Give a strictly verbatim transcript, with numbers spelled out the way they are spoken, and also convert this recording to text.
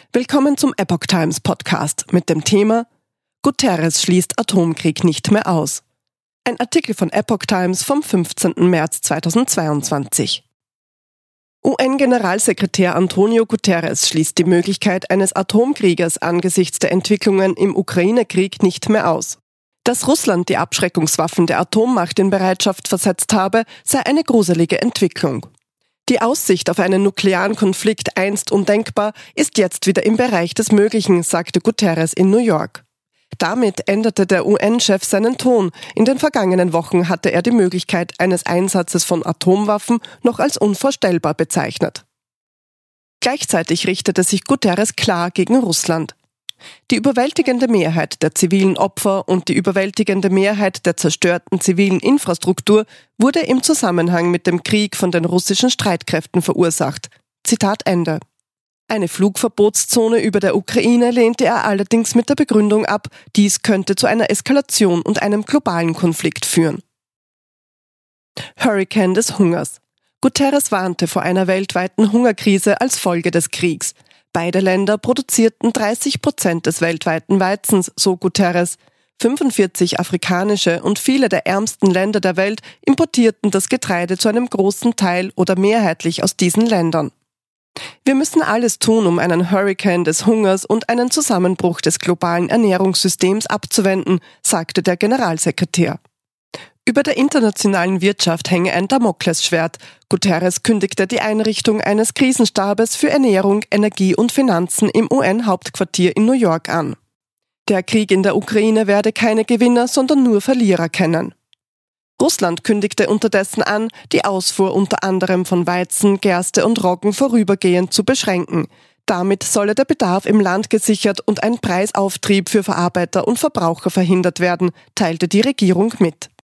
Willkommen zum Epoch Times Podcast mit dem Thema Guterres schließt Atomkrieg nicht mehr aus. Ein Artikel von Epoch Times vom fünfzehnten März zweitausendzweiundzwanzig. U N-Generalsekretär Antonio Guterres schließt die Möglichkeit eines Atomkrieges angesichts der Entwicklungen im Ukraine-Krieg nicht mehr aus. Dass Russland die Abschreckungswaffen der Atommacht in Bereitschaft versetzt habe, sei eine gruselige Entwicklung. Die Aussicht auf einen nuklearen Konflikt, einst undenkbar, ist jetzt wieder im Bereich des Möglichen, sagte Guterres in New York. Damit änderte der U N-Chef seinen Ton. In den vergangenen Wochen hatte er die Möglichkeit eines Einsatzes von Atomwaffen noch als unvorstellbar bezeichnet. Gleichzeitig richtete sich Guterres klar gegen Russland. Die überwältigende Mehrheit der zivilen Opfer und die überwältigende Mehrheit der zerstörten zivilen Infrastruktur wurde im Zusammenhang mit dem Krieg von den russischen Streitkräften verursacht. Zitat Ende. Eine Flugverbotszone über der Ukraine lehnte er allerdings mit der Begründung ab, dies könnte zu einer Eskalation und einem globalen Konflikt führen. Hurrikan des Hungers. Guterres warnte vor einer weltweiten Hungerkrise als Folge des Kriegs. Beide Länder produzierten dreißig Prozent des weltweiten Weizens, so Guterres. fünfundvierzig afrikanische und viele der ärmsten Länder der Welt importierten das Getreide zu einem großen Teil oder mehrheitlich aus diesen Ländern. Wir müssen alles tun, um einen Hurrikan des Hungers und einen Zusammenbruch des globalen Ernährungssystems abzuwenden, sagte der Generalsekretär. Über der internationalen Wirtschaft hänge ein Damoklesschwert. Guterres kündigte die Einrichtung eines Krisenstabes für Ernährung, Energie und Finanzen im U N-Hauptquartier in New York an. Der Krieg in der Ukraine werde keine Gewinner, sondern nur Verlierer kennen. Russland kündigte unterdessen an, die Ausfuhr unter anderem von Weizen, Gerste und Roggen vorübergehend zu beschränken. Damit solle der Bedarf im Land gesichert und ein Preisauftrieb für Verarbeiter und Verbraucher verhindert werden, teilte die Regierung mit.